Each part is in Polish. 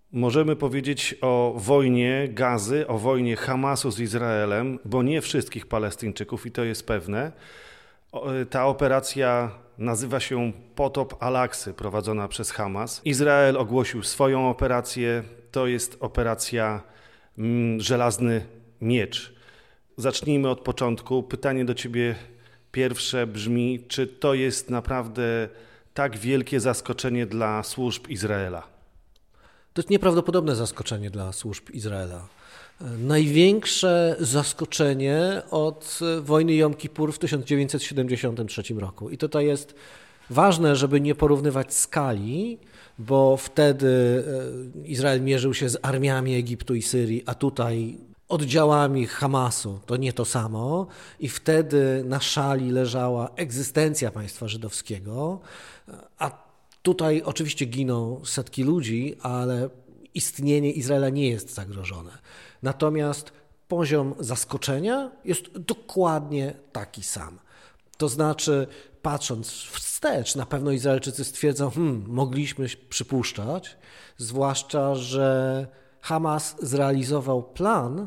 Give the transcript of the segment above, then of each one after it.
Możemy powiedzieć o wojnie Gazy, o wojnie Hamasu z Izraelem, bo nie wszystkich Palestyńczyków i to jest pewne. Ta operacja nazywa się Potop Al-Aksy, prowadzona przez Hamas. Izrael ogłosił swoją operację, to jest operacja Żelazny Miecz. Zacznijmy od początku. Pytanie do Ciebie pierwsze brzmi, czy to jest naprawdę tak wielkie zaskoczenie dla służb Izraela? To jest nieprawdopodobne zaskoczenie dla służb Izraela. Największe zaskoczenie od wojny Jom Kippur w 1973 roku. I tutaj jest ważne, żeby nie porównywać skali, bo wtedy Izrael mierzył się z armiami Egiptu i Syrii, a tutaj oddziałami Hamasu. To nie to samo. I wtedy na szali leżała egzystencja państwa żydowskiego, a tutaj oczywiście giną setki ludzi, ale istnienie Izraela nie jest zagrożone. Natomiast poziom zaskoczenia jest dokładnie taki sam. To znaczy, patrząc wstecz, na pewno Izraelczycy stwierdzą, mogliśmy przypuszczać, zwłaszcza, że Hamas zrealizował plan,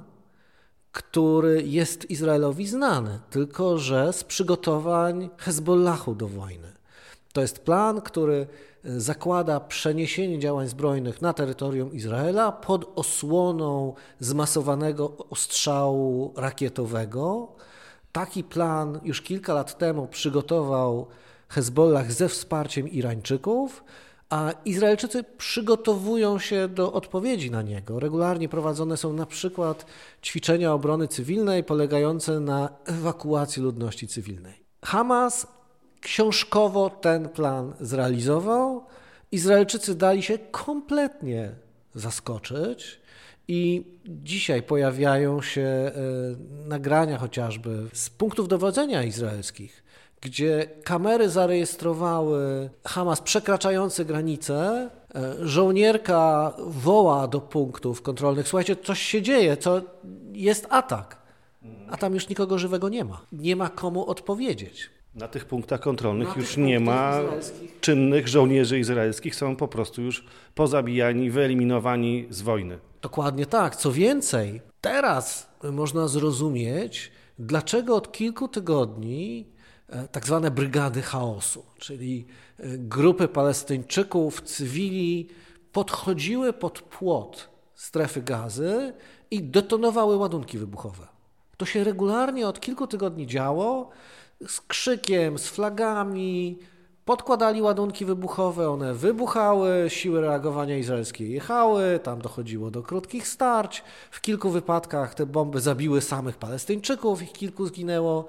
który jest Izraelowi znany, tylko że z przygotowań Hezbollahu do wojny. To jest plan, który zakłada przeniesienie działań zbrojnych na terytorium Izraela pod osłoną zmasowanego ostrzału rakietowego. Taki plan już kilka lat temu przygotował Hezbollah ze wsparciem Irańczyków, a Izraelczycy przygotowują się do odpowiedzi na niego. Regularnie prowadzone są na przykład ćwiczenia obrony cywilnej polegające na ewakuacji ludności cywilnej. Hamas książkowo ten plan zrealizował. Izraelczycy dali się kompletnie zaskoczyć i dzisiaj pojawiają się nagrania chociażby z punktów dowodzenia izraelskich, gdzie kamery zarejestrowały Hamas przekraczający granicę. Żołnierka woła do punktów kontrolnych: słuchajcie, coś się dzieje, jest atak, a tam już nikogo żywego nie ma. Nie ma komu odpowiedzieć. Na tych punktach kontrolnych już nie ma czynnych żołnierzy izraelskich, są po prostu już pozabijani, wyeliminowani z wojny. Dokładnie tak. Co więcej, teraz można zrozumieć, dlaczego od kilku tygodni tak zwane brygady chaosu, czyli grupy Palestyńczyków, cywili podchodziły pod płot strefy Gazy i detonowały ładunki wybuchowe. To się regularnie od kilku tygodni działo, z krzykiem, z flagami, podkładali ładunki wybuchowe, one wybuchały, siły reagowania izraelskie jechały, tam dochodziło do krótkich starć. W kilku wypadkach te bomby zabiły samych Palestyńczyków, ich kilku zginęło.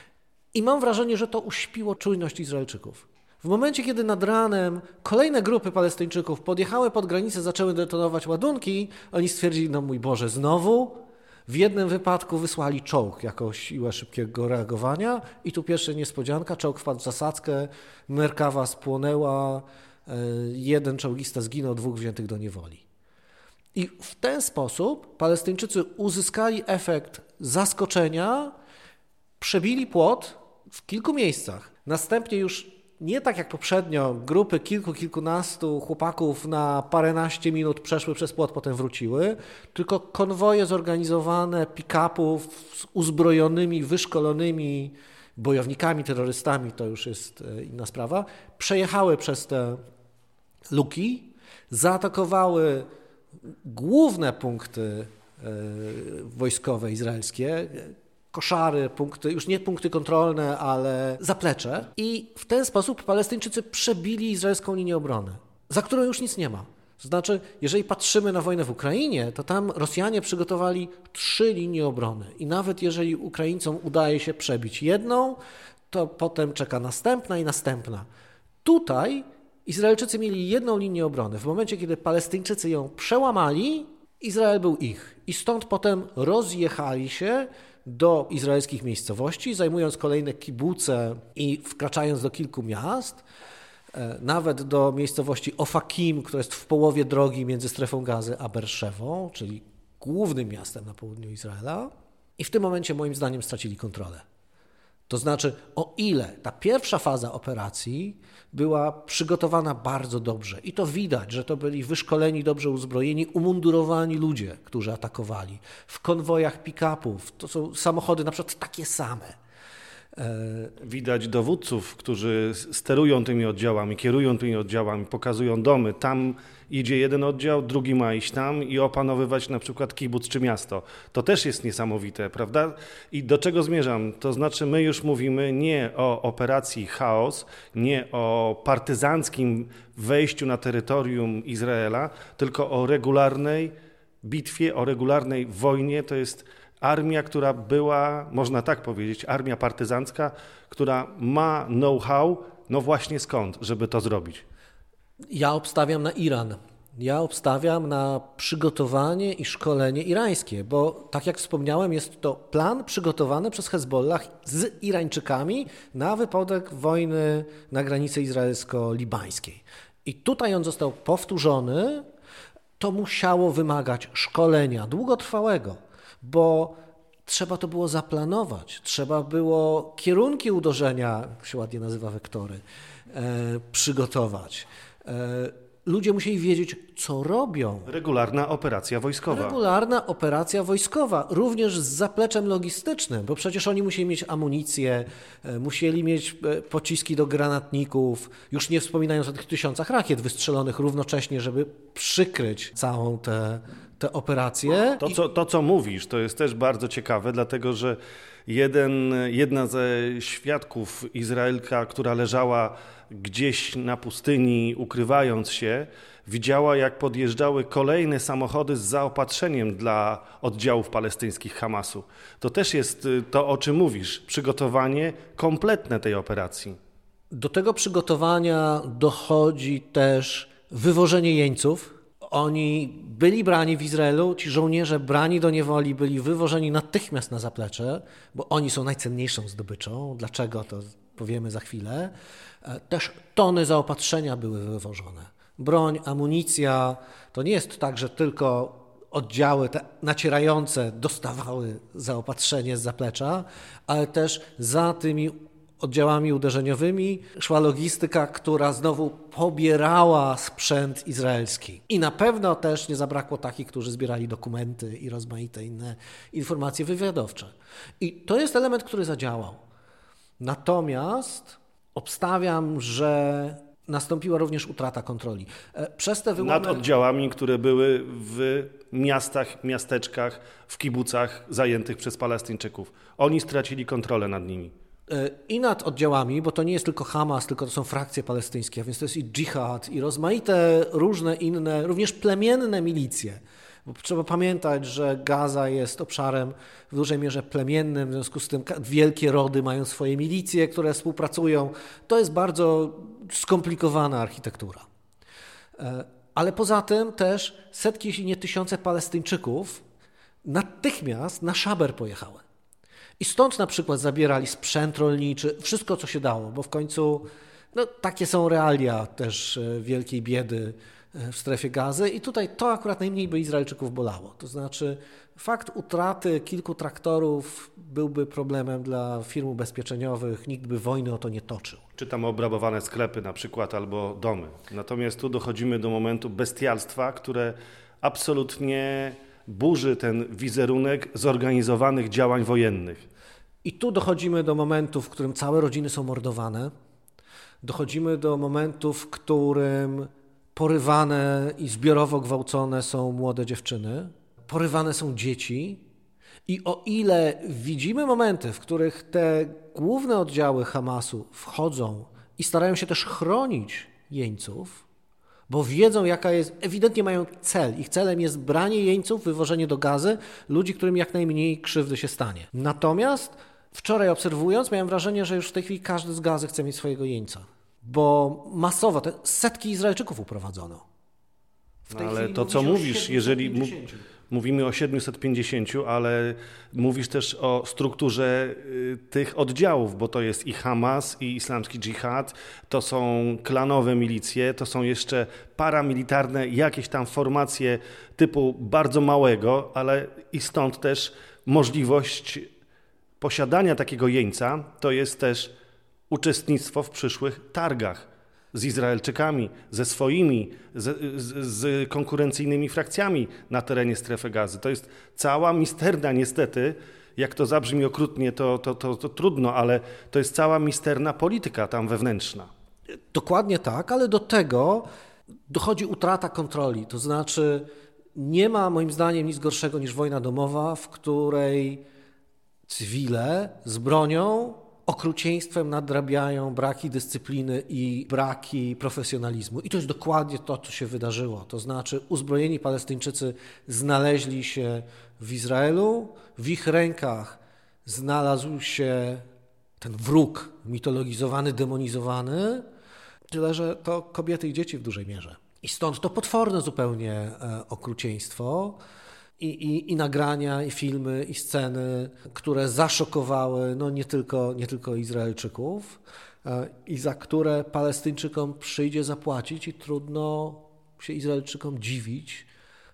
I mam wrażenie, że to uśpiło czujność Izraelczyków. W momencie, kiedy nad ranem kolejne grupy Palestyńczyków podjechały pod granicę, zaczęły detonować ładunki, oni stwierdzili, no mój Boże, znowu? W jednym wypadku wysłali czołg jako siłę szybkiego reagowania i tu pierwsza niespodzianka, czołg wpadł w zasadzkę, Merkawa spłonęła, jeden czołgista zginął, 2 wziętych do niewoli. I w ten sposób Palestyńczycy uzyskali efekt zaskoczenia, przebili płot w kilku miejscach. Następnie już nie tak jak poprzednio, grupy kilkunastu chłopaków na paręnaście minut przeszły przez płot, potem wróciły, tylko konwoje zorganizowane pick-upów z uzbrojonymi, wyszkolonymi bojownikami, terrorystami, to już jest inna sprawa, przejechały przez te luki, zaatakowały główne punkty wojskowe izraelskie, koszary, punkty, już nie punkty kontrolne, ale zaplecze. I w ten sposób Palestyńczycy przebili izraelską linię obrony, za którą już nic nie ma. To znaczy, jeżeli patrzymy na wojnę w Ukrainie, to tam Rosjanie przygotowali 3 linie obrony. I nawet jeżeli Ukraińcom udaje się przebić jedną, to potem czeka następna i następna. Tutaj Izraelczycy mieli jedną linię obrony. W momencie, kiedy Palestyńczycy ją przełamali, Izrael był ich. I stąd potem rozjechali się do izraelskich miejscowości, zajmując kolejne kibuce i wkraczając do kilku miast, nawet do miejscowości Ofakim, która jest w połowie drogi między strefą Gazy a Berszewą, czyli głównym miastem na południu Izraela. I w tym momencie moim zdaniem stracili kontrolę. To znaczy, o ile ta pierwsza faza operacji była przygotowana bardzo dobrze i to widać, że to byli wyszkoleni, dobrze uzbrojeni, umundurowani ludzie, którzy atakowali. W konwojach pick-upów, to są samochody na przykład takie same. Widać dowódców, którzy sterują tymi oddziałami, kierują tymi oddziałami, pokazują domy. Tam idzie jeden oddział, drugi ma iść tam i opanowywać na przykład kibuc czy miasto. To też jest niesamowite, prawda? I do czego zmierzam? To znaczy my już mówimy nie o operacji Chaos, nie o partyzanckim wejściu na terytorium Izraela, tylko o regularnej bitwie, o regularnej wojnie. To jest armia, która była, można tak powiedzieć, armia partyzancka, która ma know-how, no właśnie skąd, żeby to zrobić? Ja obstawiam na Iran. Ja obstawiam na przygotowanie i szkolenie irańskie, bo tak jak wspomniałem, jest to plan przygotowany przez Hezbollah z Irańczykami na wypadek wojny na granicy izraelsko-libańskiej. I tutaj on został powtórzony. To musiało wymagać szkolenia długotrwałego, bo trzeba to było zaplanować, trzeba było kierunki uderzenia, jak się ładnie nazywa wektory, przygotować. Ludzie musieli wiedzieć, co robią. Regularna operacja wojskowa. Regularna operacja wojskowa, również z zapleczem logistycznym, bo przecież oni musieli mieć amunicję, musieli mieć pociski do granatników, już nie wspominając o tych 1000 rakiet wystrzelonych równocześnie, żeby przykryć całą tę operację. To, co mówisz, to jest też bardzo ciekawe, dlatego że jedna ze świadków, Izraelka, która leżała gdzieś na pustyni, ukrywając się, widziała, jak podjeżdżały kolejne samochody z zaopatrzeniem dla oddziałów palestyńskich Hamasu. To też jest to, o czym mówisz, przygotowanie kompletne tej operacji. Do tego przygotowania dochodzi też wywożenie jeńców. Oni byli brani w Izraelu, ci żołnierze brani do niewoli byli wywożeni natychmiast na zaplecze, bo oni są najcenniejszą zdobyczą. Dlaczego, to powiemy za chwilę. Też tony zaopatrzenia były wywożone. Broń, amunicja. To nie jest tak, że tylko oddziały te nacierające dostawały zaopatrzenie z zaplecza, ale też za tymi oddziałami uderzeniowymi szła logistyka, która znowu pobierała sprzęt izraelski. I na pewno też nie zabrakło takich, którzy zbierali dokumenty i rozmaite inne informacje wywiadowcze. I to jest element, który zadziałał. Natomiast obstawiam, że nastąpiła również utrata kontroli. Przez te wyłamy... Nad oddziałami, które były w miastach, miasteczkach, w kibucach zajętych przez Palestyńczyków. Oni stracili kontrolę nad nimi. I nad oddziałami, bo to nie jest tylko Hamas, tylko to są frakcje palestyńskie, więc to jest i dżihad, i rozmaite różne inne, również plemienne milicje. Bo trzeba pamiętać, że Gaza jest obszarem w dużej mierze plemiennym, w związku z tym wielkie rody mają swoje milicje, które współpracują. To jest bardzo skomplikowana architektura. Ale poza tym też setki, jeśli nie tysiące Palestyńczyków natychmiast na Szaber pojechały. I stąd na przykład zabierali sprzęt rolniczy, wszystko co się dało, bo w końcu takie są realia też wielkiej biedy w strefie Gazy i tutaj to akurat najmniej by Izraelczyków bolało. To znaczy fakt utraty kilku traktorów byłby problemem dla firm ubezpieczeniowych, nikt by wojny o to nie toczył. Czy tam obrabowane sklepy na przykład albo domy. Natomiast tu dochodzimy do momentu bestialstwa, które absolutnie burzy ten wizerunek zorganizowanych działań wojennych. I tu dochodzimy do momentu, w którym całe rodziny są mordowane. Dochodzimy do momentu, w którym porywane i zbiorowo gwałcone są młode dziewczyny, porywane są dzieci. I o ile widzimy momenty, w których te główne oddziały Hamasu wchodzą i starają się też chronić jeńców, bo wiedzą, jaka jest, ewidentnie mają cel. Ich celem jest branie jeńców, wywożenie do Gazy ludzi, którym jak najmniej krzywdy się stanie. Natomiast wczoraj obserwując, miałem wrażenie, że już w tej chwili każdy z Gazy chce mieć swojego jeńca, bo masowo te setki Izraelczyków uprowadzono. Ale to, co mówisz, jeżeli mówimy o 750, ale mówisz też o strukturze tych oddziałów, bo to jest i Hamas, i islamski dżihad, to są klanowe milicje, to są jeszcze paramilitarne jakieś tam formacje typu bardzo małego, ale i stąd też możliwość posiadania takiego jeńca to jest też uczestnictwo w przyszłych targach z Izraelczykami, ze swoimi, z konkurencyjnymi frakcjami na terenie strefy Gazy. To jest cała misterna, niestety, jak to zabrzmi okrutnie, to trudno, ale to jest cała misterna polityka tam wewnętrzna. Dokładnie tak, ale do tego dochodzi utrata kontroli. To znaczy nie ma moim zdaniem nic gorszego niż wojna domowa, w której cywile z bronią, okrucieństwem nadrabiają braki dyscypliny i braki profesjonalizmu. I to jest dokładnie to, co się wydarzyło. To znaczy uzbrojeni Palestyńczycy znaleźli się w Izraelu, w ich rękach znalazł się ten wróg mitologizowany, demonizowany, tyle że to kobiety i dzieci w dużej mierze. I stąd to potworne zupełnie okrucieństwo i nagrania, i filmy, i sceny, które zaszokowały nie tylko Izraelczyków i za które Palestyńczykom przyjdzie zapłacić i trudno się Izraelczykom dziwić,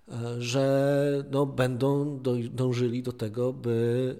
że będą dążyli do tego, by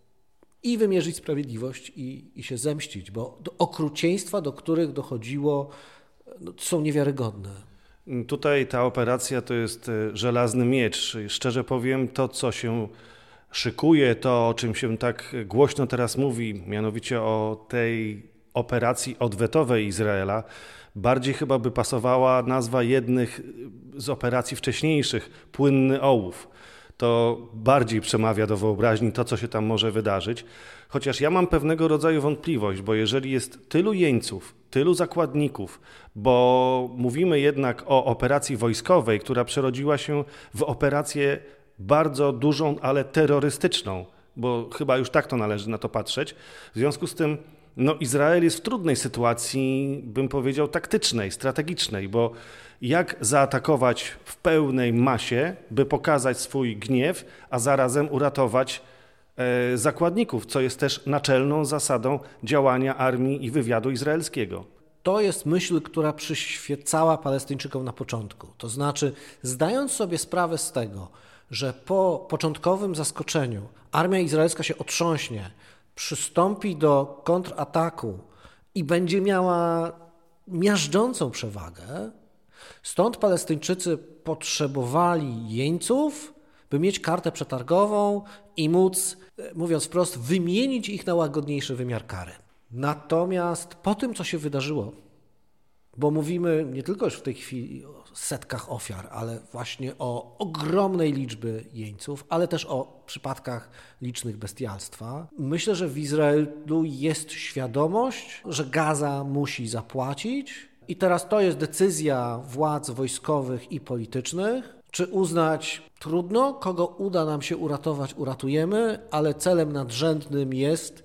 i wymierzyć sprawiedliwość i się zemścić, bo okrucieństwa, do których dochodziło, są niewiarygodne. Tutaj ta operacja to jest żelazny miecz. Szczerze powiem, to co się szykuje, to o czym się tak głośno teraz mówi, mianowicie o tej operacji odwetowej Izraela, bardziej chyba by pasowała nazwa jednych z operacji wcześniejszych, płynny ołów. To bardziej przemawia do wyobraźni to, co się tam może wydarzyć. Chociaż ja mam pewnego rodzaju wątpliwość, bo jeżeli jest tylu jeńców, tylu zakładników, bo mówimy jednak o operacji wojskowej, która przerodziła się w operację bardzo dużą, ale terrorystyczną, bo chyba już tak to należy na to patrzeć. W związku z tym Izrael jest w trudnej sytuacji, bym powiedział, taktycznej, strategicznej, bo jak zaatakować w pełnej masie, by pokazać swój gniew, a zarazem uratować zakładników, co jest też naczelną zasadą działania armii i wywiadu izraelskiego. To jest myśl, która przyświecała Palestyńczykom na początku. To znaczy, zdając sobie sprawę z tego, że po początkowym zaskoczeniu armia izraelska się otrząśnie, przystąpi do kontrataku i będzie miała miażdżącą przewagę, stąd Palestyńczycy potrzebowali jeńców, by mieć kartę przetargową i móc, mówiąc wprost, wymienić ich na łagodniejszy wymiar kary. Natomiast po tym, co się wydarzyło, bo mówimy nie tylko już w tej chwili o setkach ofiar, ale właśnie o ogromnej liczbie jeńców, ale też o przypadkach licznych bestialstwa. Myślę, że w Izraelu jest świadomość, że Gaza musi zapłacić i teraz to jest decyzja władz wojskowych i politycznych, czy uznać trudno, kogo uda nam się uratować, uratujemy, ale celem nadrzędnym jest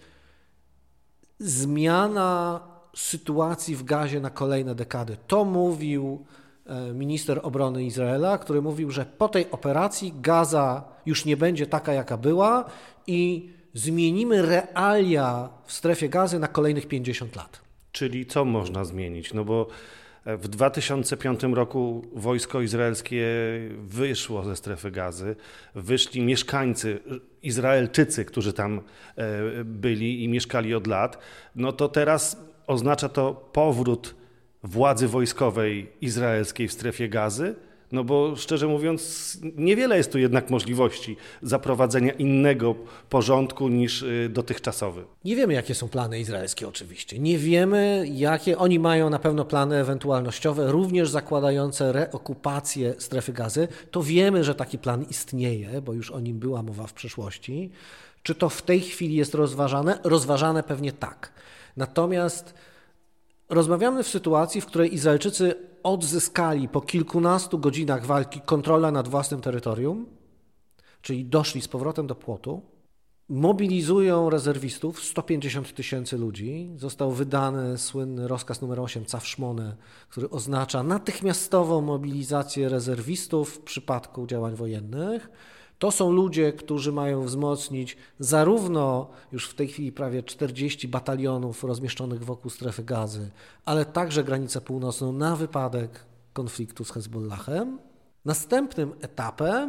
zmiana sytuacji w Gazie na kolejne dekady. To mówił minister obrony Izraela, który mówił, że po tej operacji Gaza już nie będzie taka, jaka była i zmienimy realia w strefie Gazy na kolejnych 50 lat. Czyli co można zmienić? Bo w 2005 roku wojsko izraelskie wyszło ze strefy Gazy, wyszli mieszkańcy, Izraelczycy, którzy tam byli i mieszkali od lat, to teraz oznacza to powrót władzy wojskowej izraelskiej w strefie Gazy, bo szczerze mówiąc niewiele jest tu jednak możliwości zaprowadzenia innego porządku niż dotychczasowy. Nie wiemy, jakie są plany izraelskie oczywiście. Nie wiemy, jakie oni mają na pewno plany ewentualnościowe, również zakładające reokupację strefy Gazy. To wiemy, że taki plan istnieje, bo już o nim była mowa w przeszłości. Czy to w tej chwili jest rozważane? Rozważane pewnie tak. Natomiast rozmawiamy w sytuacji, w której Izraelczycy odzyskali po kilkunastu godzinach walki kontrolę nad własnym terytorium, czyli doszli z powrotem do płotu, mobilizują rezerwistów, 150 000 ludzi. Został wydany słynny rozkaz numer 8 Cawszmone, który oznacza natychmiastową mobilizację rezerwistów w przypadku działań wojennych. To są ludzie, którzy mają wzmocnić zarówno już w tej chwili prawie 40 batalionów rozmieszczonych wokół strefy Gazy, ale także granicę północną na wypadek konfliktu z Hezbollahem. Następnym etapem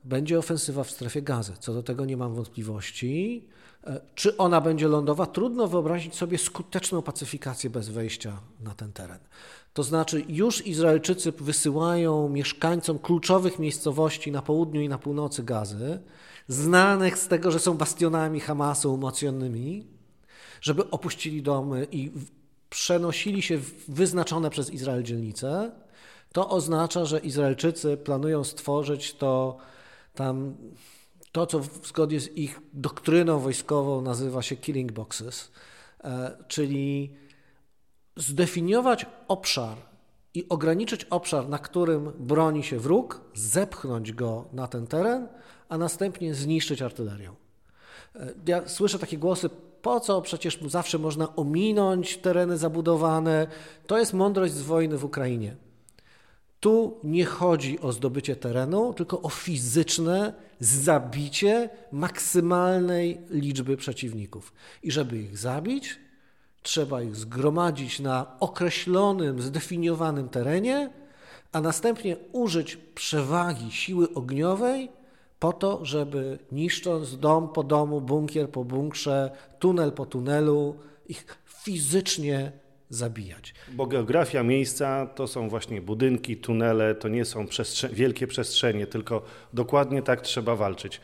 będzie ofensywa w strefie Gazy. Co do tego nie mam wątpliwości. Czy ona będzie lądowa? Trudno wyobrazić sobie skuteczną pacyfikację bez wejścia na ten teren. To znaczy już Izraelczycy wysyłają mieszkańcom kluczowych miejscowości na południu i na północy Gazy, znanych z tego, że są bastionami Hamasu umocnionymi, żeby opuścili domy i przenosili się w wyznaczone przez Izrael dzielnice. To oznacza, że Izraelczycy planują stworzyć to, co zgodnie z ich doktryną wojskową nazywa się killing boxes, czyli zdefiniować obszar i ograniczyć obszar, na którym broni się wróg, zepchnąć go na ten teren, a następnie zniszczyć artylerią. Ja słyszę takie głosy, po co? Przecież zawsze można ominąć tereny zabudowane. To jest mądrość z wojny w Ukrainie. Tu nie chodzi o zdobycie terenu, tylko o fizyczne zabicie maksymalnej liczby przeciwników. I żeby ich zabić, trzeba ich zgromadzić na określonym, zdefiniowanym terenie, a następnie użyć przewagi siły ogniowej po to, żeby niszcząc dom po domu, bunkier po bunkrze, tunel po tunelu, ich fizycznie zabijać. Bo geografia miejsca to są właśnie budynki, tunele, to nie są wielkie przestrzenie, tylko dokładnie tak trzeba walczyć.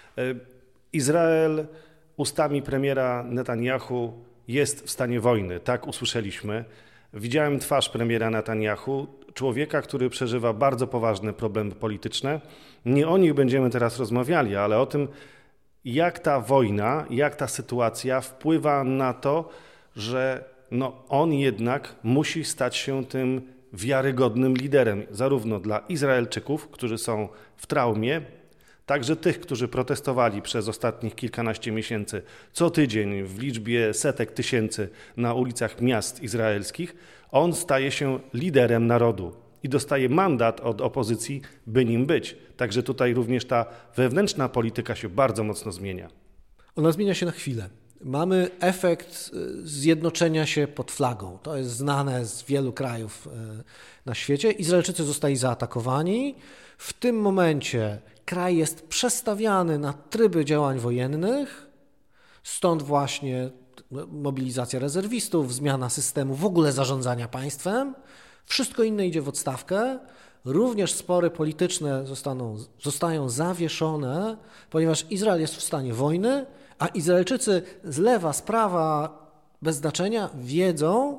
Izrael ustami premiera Netanyahu jest w stanie wojny, tak usłyszeliśmy. Widziałem twarz premiera Netanyahu, człowieka, który przeżywa bardzo poważne problemy polityczne. Nie o nich będziemy teraz rozmawiali, ale o tym, jak ta wojna, jak ta sytuacja wpływa na to, że on jednak musi stać się tym wiarygodnym liderem, zarówno dla Izraelczyków, którzy są w traumie, także tych, którzy protestowali przez ostatnich kilkanaście miesięcy co tydzień w liczbie setek tysięcy na ulicach miast izraelskich. On staje się liderem narodu i dostaje mandat od opozycji, by nim być. Także tutaj również ta wewnętrzna polityka się bardzo mocno zmienia. Ona zmienia się na chwilę. Mamy efekt zjednoczenia się pod flagą. To jest znane z wielu krajów na świecie. Izraelczycy zostali zaatakowani. W tym momencie kraj jest przestawiany na tryby działań wojennych. Stąd właśnie mobilizacja rezerwistów, zmiana systemu w ogóle zarządzania państwem. Wszystko inne idzie w odstawkę. Również spory polityczne zostają zawieszone, ponieważ Izrael jest w stanie wojny, a Izraelczycy z lewa, z prawa, bez znaczenia, wiedzą,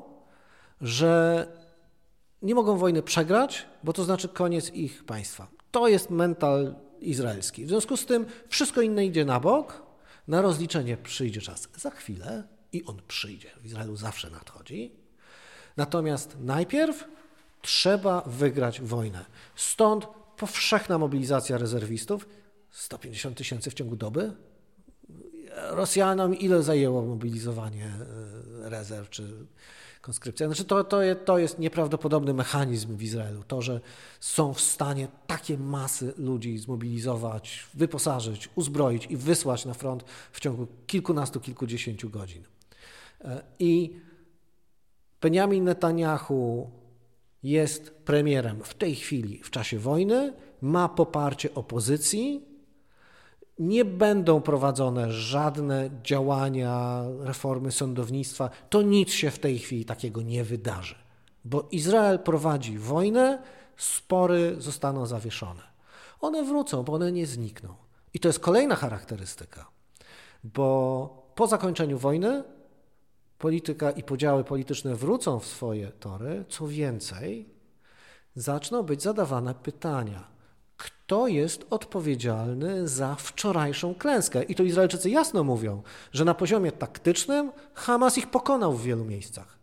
że nie mogą wojny przegrać, bo to znaczy koniec ich państwa. To jest mental izraelski. W związku z tym wszystko inne idzie na bok, na rozliczenie przyjdzie czas za chwilę i on przyjdzie. W Izraelu zawsze nadchodzi. Natomiast najpierw trzeba wygrać wojnę. Stąd powszechna mobilizacja rezerwistów, 150 000 w ciągu doby. Rosjanom ile zajęło mobilizowanie rezerw czy konskrypcja? Znaczy to jest nieprawdopodobny mechanizm w Izraelu. To, że są w stanie takie masy ludzi zmobilizować, wyposażyć, uzbroić i wysłać na front w ciągu kilkunastu, kilkudziesięciu godzin. I Benjamin Netanyahu jest premierem w tej chwili, w czasie wojny, ma poparcie opozycji. Nie będą prowadzone żadne działania reformy sądownictwa. To nic się w tej chwili takiego nie wydarzy, bo Izrael prowadzi wojnę, spory zostaną zawieszone. One wrócą, bo one nie znikną. I to jest kolejna charakterystyka, bo po zakończeniu wojny polityka i podziały polityczne wrócą w swoje tory. Co więcej, zaczną być zadawane pytania. Kto jest odpowiedzialny za wczorajszą klęskę? I to Izraelczycy jasno mówią, że na poziomie taktycznym Hamas ich pokonał w wielu miejscach.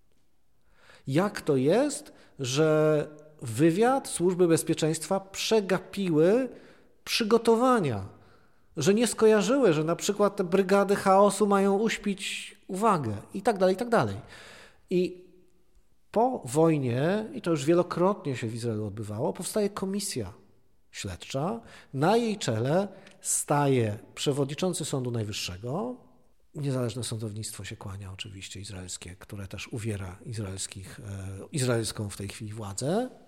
Jak to jest, że wywiad, służby bezpieczeństwa przegapiły przygotowania, że nie skojarzyły, że na przykład te brygady chaosu mają uśpić uwagę i tak dalej, i tak dalej. I po wojnie, i to już wielokrotnie się w Izraelu odbywało, powstaje komisja śledcza. Na jej czele staje przewodniczący Sądu Najwyższego. Niezależne sądownictwo się kłania oczywiście izraelskie, które też uwiera izraelską w tej chwili władzę.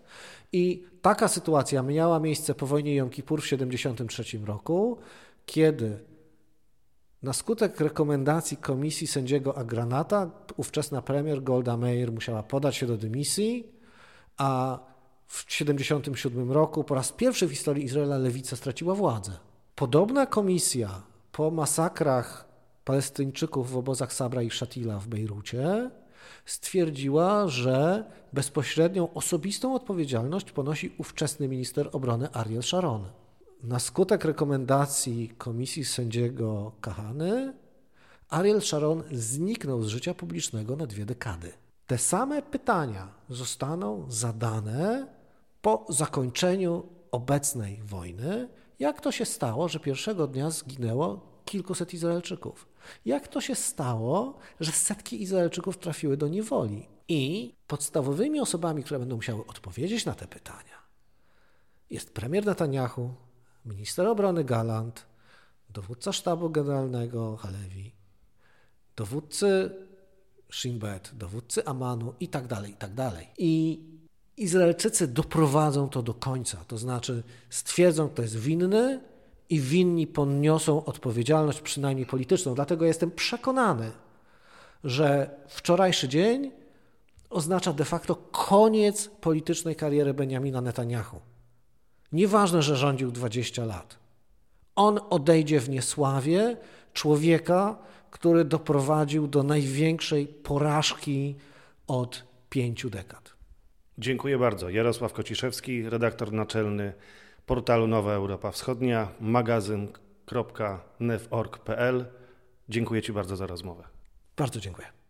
I taka sytuacja miała miejsce po wojnie Jom Kippur w 1973 roku, kiedy na skutek rekomendacji komisji sędziego Agranata ówczesna premier Golda Meir musiała podać się do dymisji, a w 1977 roku po raz pierwszy w historii Izraela lewica straciła władzę. Podobna komisja po masakrach Palestyńczyków w obozach Sabra i Shatila w Bejrucie stwierdziła, że bezpośrednią osobistą odpowiedzialność ponosi ówczesny minister obrony Ariel Sharon. Na skutek rekomendacji komisji sędziego Kahany Ariel Sharon zniknął z życia publicznego na 2 dekady. Te same pytania zostaną zadane po zakończeniu obecnej wojny. Jak to się stało, że pierwszego dnia zginęło kilkuset Izraelczyków? Jak to się stało, że setki Izraelczyków trafiły do niewoli? I podstawowymi osobami, które będą musiały odpowiedzieć na te pytania, jest premier Netanyahu, minister obrony Gallant, dowódca sztabu generalnego Halevi, dowódcy Shin Bet, dowódcy Amanu i tak dalej, i tak dalej. I Izraelczycy doprowadzą to do końca, to znaczy stwierdzą, kto jest winny i winni poniosą odpowiedzialność, przynajmniej polityczną. Dlatego jestem przekonany, że wczorajszy dzień oznacza de facto koniec politycznej kariery Benjamina Netanyahu. Nieważne, że rządził 20 lat. On odejdzie w niesławie człowieka, który doprowadził do największej porażki od 5 dekad. Dziękuję bardzo. Jarosław Kociszewski, redaktor naczelny portalu Nowa Europa Wschodnia, magazyn.new.org.pl. Dziękuję Ci bardzo za rozmowę. Bardzo dziękuję.